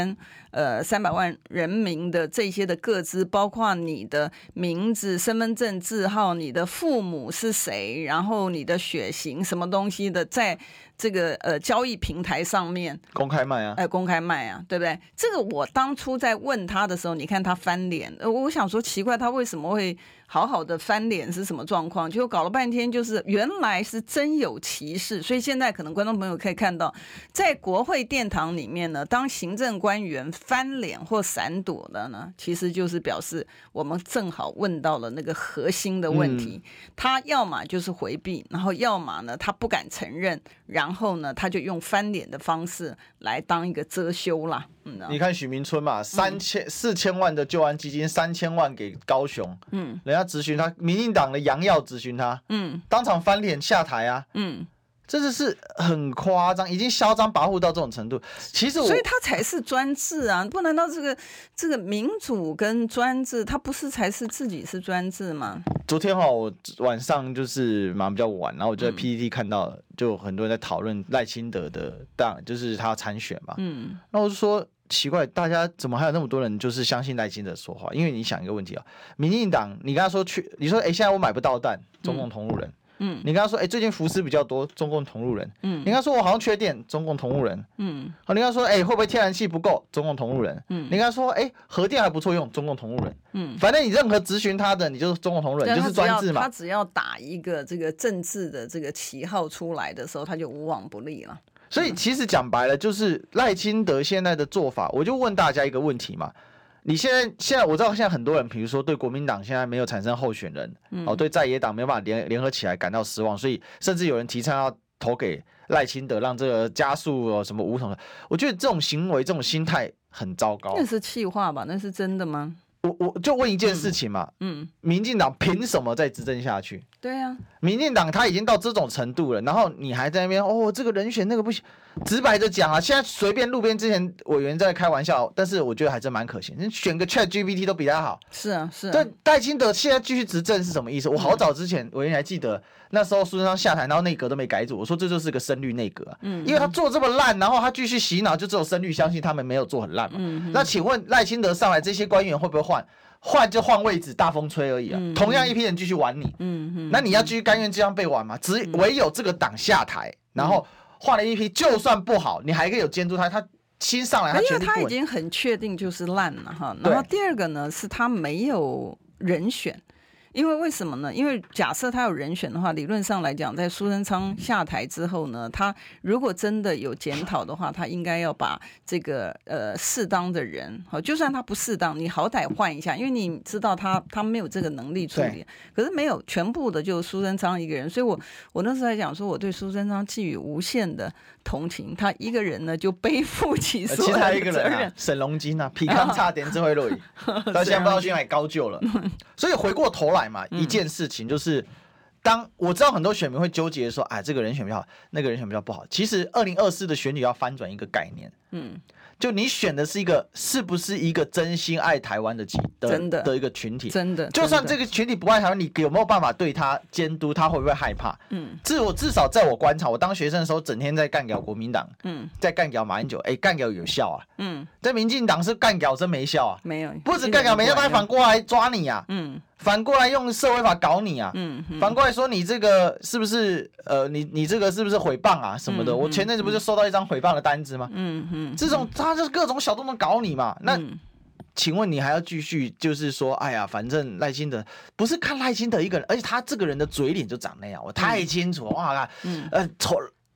2300万人民的这些的个资，包括你的名字、身份证字号、你的父母是谁，然后你的血型什么东西的，在这个交易平台上面公开卖啊， 公开卖啊，对不对？这个我当初在问他的时候，你看他翻脸，我想说奇怪，他为什么会好好的翻脸是什么状况？结果搞了半天，就是原来是真有其事。所以现在可能观众朋友可以看到，在国会殿堂里面呢，当行政官员翻脸或闪躲的呢，其实就是表示我们正好问到了那个核心的问题。他要么就是回避，然后要么呢他不敢承认，然后呢他就用翻脸的方式来当一个遮羞啦。 你看许明春嘛，4000万的救安基金，3000万给高雄，人家质询他，民进党的杨耀质询他，当场翻脸下台啊，真的是很夸张，已经嚣张跋扈到这种程度。其实所以他才是专制啊！不难道这个民主跟专制，他不是才是自己是专制吗？ 昨天我晚上就是忙比较晚，然后我就在 PTT 看到了，就很多人在讨论赖清德的就是他要参选嘛，那我就说奇怪，大家怎么还有那么多人就是相信赖清德说话？因为你想一个问题啊，民进党你跟他说你说现在我买不到蛋，中共同路人。你跟他说，最近福斯比较多，中共同路人。你跟他说我好像缺电，中共同路人。你跟他说，会不会天然气不够，中共同路人。你跟他说，核电还不错用，中共同路人。反正你任何质询他的，你就是中共同路人，就是专制嘛。 他只要打一个这个政治的这个旗号出来的时候，他就无往不利了。 所以其实讲白了，就是赖清德现在的做法，我就问大家一个问题嘛。你现在我知道现在很多人，比如说对国民党现在没有产生候选人，对在野党没有办法联合起来感到失望，所以甚至有人提倡要投给赖清德，让这个加速什么武统。我觉得这种行为、这种心态很糟糕。 那是气话吧？那是真的吗？ 我就问一件事情嘛，民进党凭什么再执政下去？ 对啊， 民进党他已经到这种程度了，然后你还在那边这个人选那个不行，直白的讲啊，现在随便路边之前委员在开玩笑，但是我觉得还真蛮可惜，选个 ChatGPT 都比他好。 是啊。 对，赖清德现在继续执政是什么意思？我好早之前委员还记得那时候苏贞昌下台，然后内阁都没改组，我说这就是个深绿内阁啊，因为他做这么烂，然后他继续洗脑，就只有深绿相信他们没有做很烂嘛。那请问赖清德上来，这些官员会不会换就换位置，大风吹而已啊。同样一批人继续玩你，那你要继续甘愿这样被玩吗？唯有这个党下台，然后换了一批，就算不好，你还可以有监督他新上来， 因为他已经很确定就是烂了哈。然后第二个呢，是他没有人选。因为为什么呢？因为假设他有人选的话，理论上来讲，在苏贞昌下台之后呢，他如果真的有检讨的话，他应该要把这个适当的人，就算他不适当，你好歹换一下，因为你知道他没有这个能力处理，可是没有全部的就苏贞昌一个人，所以我那时候在讲说，我对苏贞昌寄予无限的同情，他一个人呢就背负起所有的责任。其他一个人沈荣金皮康差点智慧落椅，到现在不知道去哪里高就了。所以回过头来嘛，一件事情就是，当我知道很多选民会纠结说，这个人选比较好，那个人选比较不好。其实2024的选举要翻转一个概念，就你选的是不是一个真心爱台湾的一个群体？ 真的， 就算这个群体不爱台湾，你有没有办法对他监督？他会不会害怕？至少在我观察，我当学生的时候，整天在干掉国民党，在干掉马英九，干掉有效啊？在民进党是干掉真没效啊？ 没有， 不止干掉没效，他还反过来抓你啊！反过来用社会法搞你啊！反过来说你这个是不是你这个是不是诽谤啊什么的？我前阵子不是收到一张诽谤的单子吗？这种他就是各种小动作搞你嘛。那请问你还要继续就是说，反正赖清德不是看赖清德一个人，而且他这个人的嘴脸就长那样，我太清楚哇！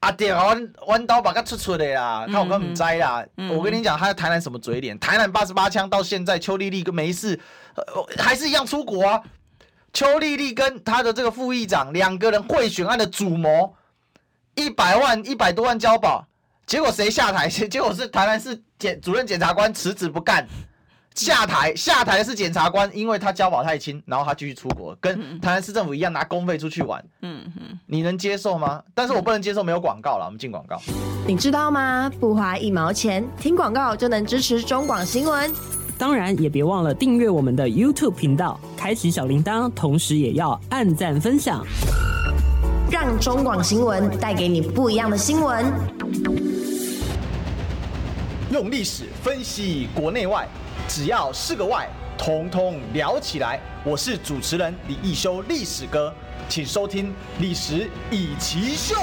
对啊，弯刀把它出的啦，看我根本不知啦。我跟你讲，他台南什么嘴脸？台南88枪到现在，邱丽丽跟没事，还是一样出国啊。邱丽丽跟他的这个副议长2个人贿选案的主谋，100万、100多万交保，结果谁下台？结果是台南市主任检察官辞职不干。下台的是检察官，因为他交保太轻，然后他继续出国，跟台南市政府一样拿公费出去玩。你能接受吗？但是我不能接受没有广告了，我们进广告。 你知道吗？不花1毛钱，听广告就能支持中广新闻。 当然也别忘了订阅我们的 YouTube 频道，开启小铃铛，同时也要按赞分享， 让中广新闻带给你不一样的新闻。 用历史分析国内外，只要是个外，统统聊起来。我是主持人李义修，历史哥，请收听《历史一起秀》。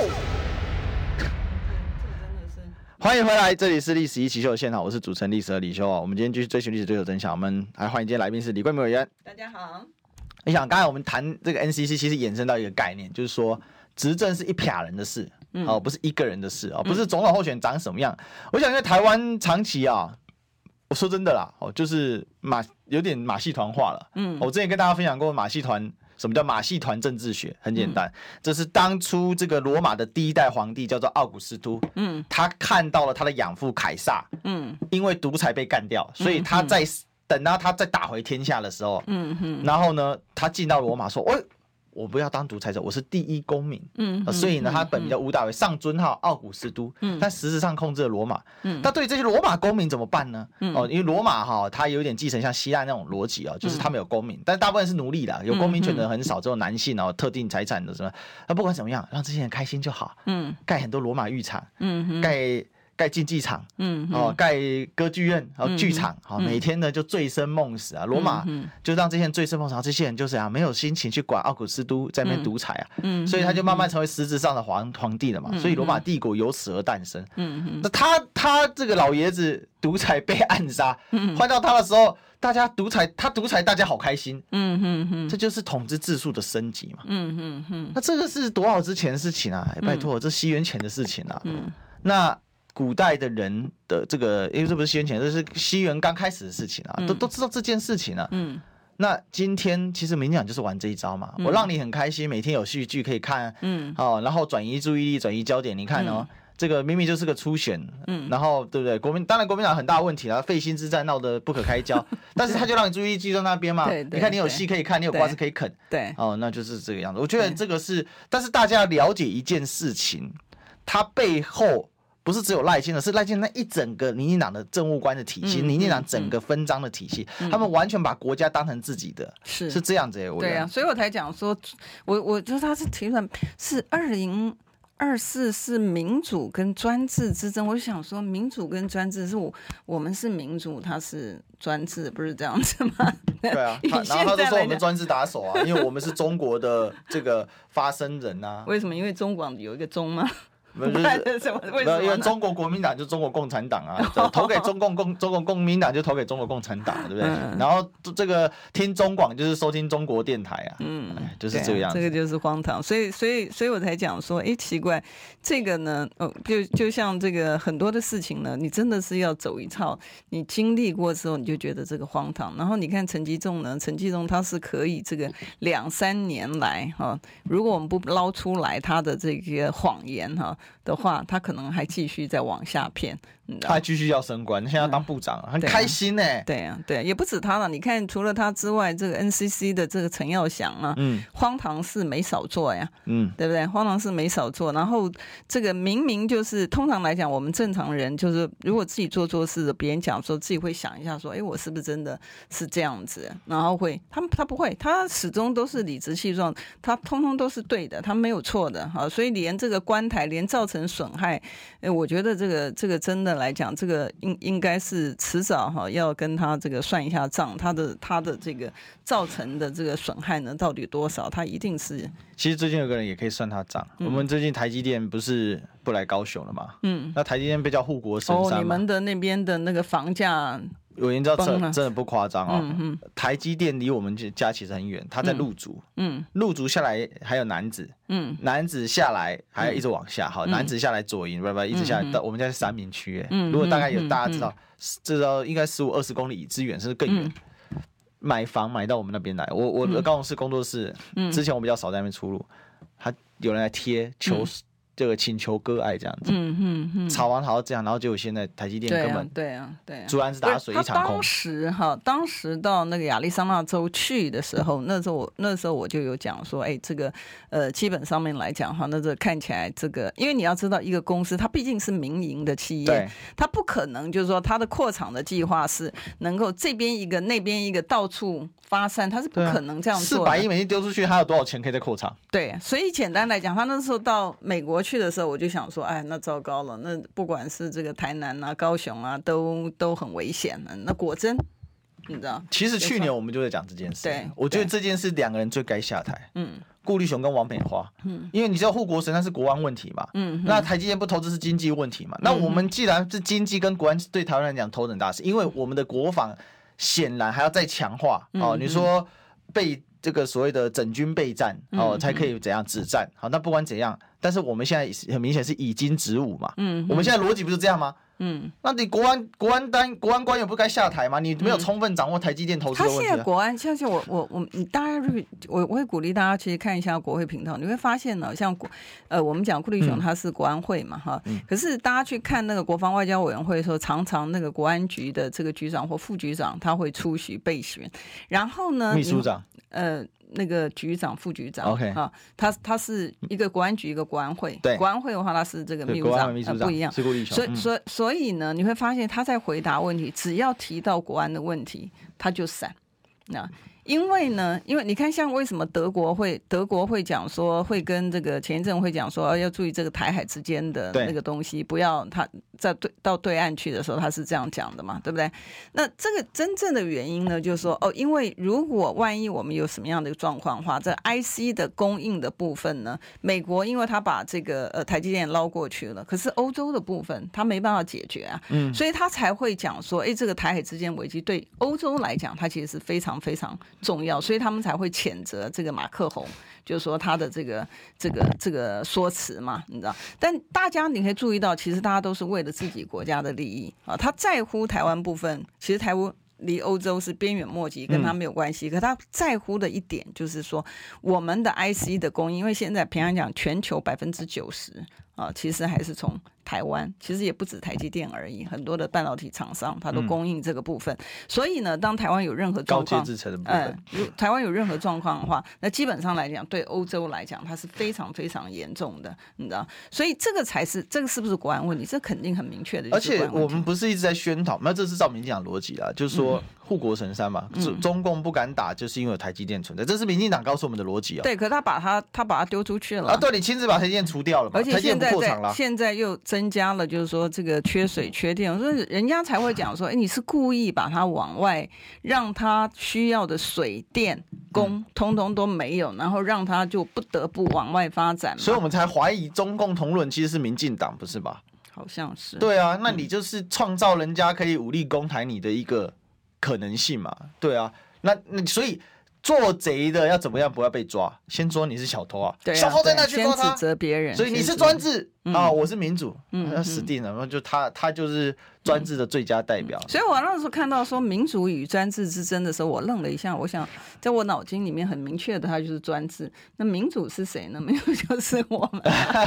欢迎回来，这里是《历史一起秀》的现场，我是主持人历史的李修啊。我们今天继续追寻历史，追求真相。我们还欢迎今天来宾是李桂明委员。 大家好。 你想，刚才我们谈这个 NCC， 其实衍生到一个概念，就是说执政是一撇人的事，不是一个人的事不是总统候选人长什么样。我想，因为台湾长期我说真的啦，就是有点马戏团化了。我之前跟大家分享过马戏团。什么叫马戏团政治学？很简单，这是当初这个罗马的第一代皇帝叫做奥古斯都，他看到了他的养父凯撒，因为独裁被干掉，所以他等到他再打回天下的时候，然后呢，他进到罗马说，我不要当独裁者，我是第一公民。所以呢，他本名叫屋大维，上尊号奥古斯都，但实质上控制了罗马。那对于这些罗马公民怎么办呢？因为罗马它有点继承像希腊那种逻辑就是他们有公民，但大部分是奴隶啦，有公民权的人很少，只有男性特定财产的什么。那不管怎么样，让这些人开心就好。盖很多罗马浴场，盖竞技场，盖歌剧院，剧场，每天呢就醉生梦死啊！罗马就让这些人醉生梦死，这些人就是没有心情去管奥古斯都在那边独裁啊，所以他就慢慢成为实质上的皇帝了嘛。所以罗马帝国由此而诞生。那他这个老爷子独裁被暗杀，换到他的时候，大家他独裁，大家好开心。这就是统治制度的升级嘛。那这个是多少之前的事情啊？拜托，这西元前的事情啊。那古代的人的这个，因为这不是西元前，这是西元刚开始的事情啊，都知道这件事情啊。那今天其实民进党就是玩这一招嘛，我让你很开心，每天有戏剧可以看，然后转移注意力、转移焦点。你看这个明明就是个初选，然后对不对？当然国民党很大的问题啦，废薪之战闹得不可开交，但是他就让你注意力集中那边嘛。你看你有戏可以看，你有瓜子可以啃，对，那就是这个样子。我觉得这个是，但是大家要了解一件事情，它背后。不是只有赖清德，是赖清德那一整个民进党的政务官的体系，民进党整个分赃的体系，他们完全把国家当成自己的，是这样子。 对啊，所以我才讲说，我觉得他是提出来是2024是民主跟专制之争。我就想说，民主跟专制是我们是民主，他是专制，不是这样子吗？ 对啊，然后他就说我们专制打手啊，因为我们是中国的这个发声人啊。 为什么？因为中广有一个中吗？ 为什么？因为中国国民党就中国共产党啊，投给中国国民党就投给中国共产党，对不对？然后这个听中广就是收听中国电台啊，就是这个样子。 这个就是荒唐，所以我才讲说，奇怪，这个呢，就像这个很多的事情呢，你真的是要走一套，你经历过之后，你就觉得这个荒唐。然后你看陈吉仲呢，他是可以这个2-3年来如果我们不捞出来他的这个谎言的话，他可能还继续再往下骗。 他还继续要升官，现在要当部长，很开心呢。 对啊，也不止他了。你看，除了他之外，这个 NCC 的这个陈耀祥啊，荒唐事没少做呀，对不对？荒唐事没少做。然后这个明明就是，通常来讲，我们正常人就是，如果自己做事的，别人讲说，自己会想一下说，我是不是真的是这样子？然后他不会，他始终都是理直气壮，他通通都是对的，他没有错的。所以连这个关台，连造成损害，我觉得这个真的来讲，这个应该是迟早要跟他这个算一下账，他的这个造成的这个损害呢到底多少，他一定是。 其实最近有个人也可以算他账，我们最近台积电不是不来高雄了吗？那台积电被叫护国神山嘛。 你们的那边的那个房价我知道真的不夸张哦。台积电离我们家其实很远，它在路竹，路竹下来还有南子，南子下来还要一直往下，好，南子下来左营，一直下来到我们家是三民区，如果大概有大家知道，知道应该15-20公里之远，甚至更远。买房买到我们那边来，我的高雄市工作室，之前我比较少在那边出入，他有人来贴求这个请求割爱这样子，吵完好这样，然后结果现在台积电根本对啊， 竹篮子打水一场空。 当时到那个亚利桑那州去的时候，那时候我就有讲说，这个基本上面来讲哈，那这看起来这个，因为你要知道一个公司它毕竟是民营的企业，它不可能就是说它的扩厂的计划是能够这边一个那边一个到处发散，它是不可能这样做的。 400亿美金丢出去，它有多少钱可以再扩厂？ 对，所以简单来讲，他那时候到美国去的时候，我就想说，那糟糕了，那不管是这个台南啊、高雄啊，都很危险了。那果真，你知道？ 其实去年我们就在讲这件事，对，我觉得这件事2个人最该下台，顾立雄跟王美花，因为你知道护国神山是国安问题嘛，那台积电不投资是经济问题嘛，那我们既然是经济跟国安对台湾来讲头等大事，因为我们的国防显然还要再强化你说被这个所谓的整军备战才可以怎样止战，好，那不管怎样，但是我们现在很明显是以经止武嘛，我们现在逻辑不是这样吗？那你国安官员不该下台吗？你没有充分掌握台积电投资的问题。 他现在国安，像你大家我会鼓励大家其实看一下国会频道，你会发现呢，像我们讲顾立雄他是国安会嘛哈，可是大家去看那个国防外交委员会的时候，常常那个国安局的这个局长或副局长他会出席备选，然后呢， 秘书长那个局长、副局长 ，OK 啊，他是一个国安局，一个国安会。 对， 国安会的话，他是这个秘书长，不一样。所以呢，你会发现他在回答问题，只要提到国安的问题，他就闪。因为你看，像为什么德国会讲说，会跟这个前一阵会讲说要注意这个台海之间的那个东西，不要他到对岸去的时候，他是这样讲的嘛，对不对？那这个真正的原因呢，就是说因为如果万一我们有什么样的状况的话，这 IC 的供应的部分呢，美国因为他把这个台积电捞过去了，可是欧洲的部分他没办法解决啊，所以他才会讲说，这个台海之间危机对欧洲来讲，它其实是非常非常重要，所以他们才会谴责这个马克宏，就是说他的这个说辞嘛，你知道？但大家你可以注意到，其实大家都是为了自己国家的利益啊。他在乎台湾部分，其实台湾离欧洲是边远莫及，跟他没有关系。可他在乎的一点就是说，我们的 IC 的供应，因为现在平常讲全球90%其实还是从台湾，其实也不止台积电而已，很多的半导体厂商它都供应这个部分。所以呢，当台湾有任何状况， 高阶制程的部分， 台湾有任何状况的话，那基本上来讲，对欧洲来讲，它是非常非常严重的，你知道？所以这个是不是国安问题？这肯定很明确的。 而且我们不是一直在宣讨，那这是照民进党逻辑啦，就是说护国神山嘛，中共不敢打，就是因为有台积电存在，这是民进党告诉我们的逻辑对，可是他把它丢出去了对，你亲自把台积电除掉了嘛， 而且现在又增加了，就是说这个缺水缺电，所以人家才会讲说，你是故意把它往外，让它需要的水电供通通都没有，然后让它就不得不往外发展嘛。 所以我们才怀疑中共同论其实是民进党，不是吧？ 好像是。 对啊，那你就是创造人家可以武力攻台你的一个可能性嘛？对啊，那所以。做贼的要怎么样不要被抓？先说你是小偷小偷在那去抓他， 先指责别人， 所以你是专制我是民主，那死定了。然后就他就是专制的最佳代表。 所以我那时候看到说民主与专制之争的时候，我愣了一下，我想在我脑筋里面很明确的，他就是专制。那民主是谁呢？民主就是我们。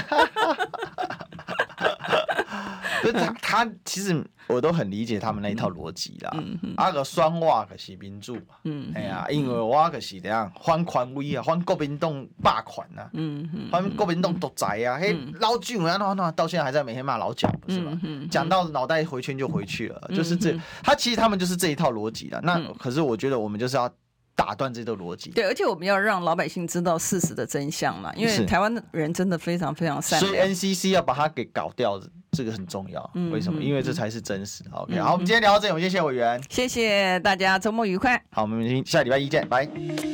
他其实我都很理解他们那一套逻辑啦。个选我可是民主嘛，因为我可是怎样反权威反国民党霸权反国民党独裁老蒋到现在还在每天骂老蒋，不是吗？讲到脑袋回圈就回去了，就是其实他们就是这一套逻辑啦。那可是我觉得我们就是要打断这个逻辑， 对，而且我们要让老百姓知道事实的真相嘛，因为台湾的人真的非常非常善良， 所以 NCC 要把它给搞掉，这个很重要。为什么？因为这才是真实。OK， 好，我们今天聊到这里，我们谢谢委员， 谢谢大家，周末愉快。 好，我们下礼拜一见，拜。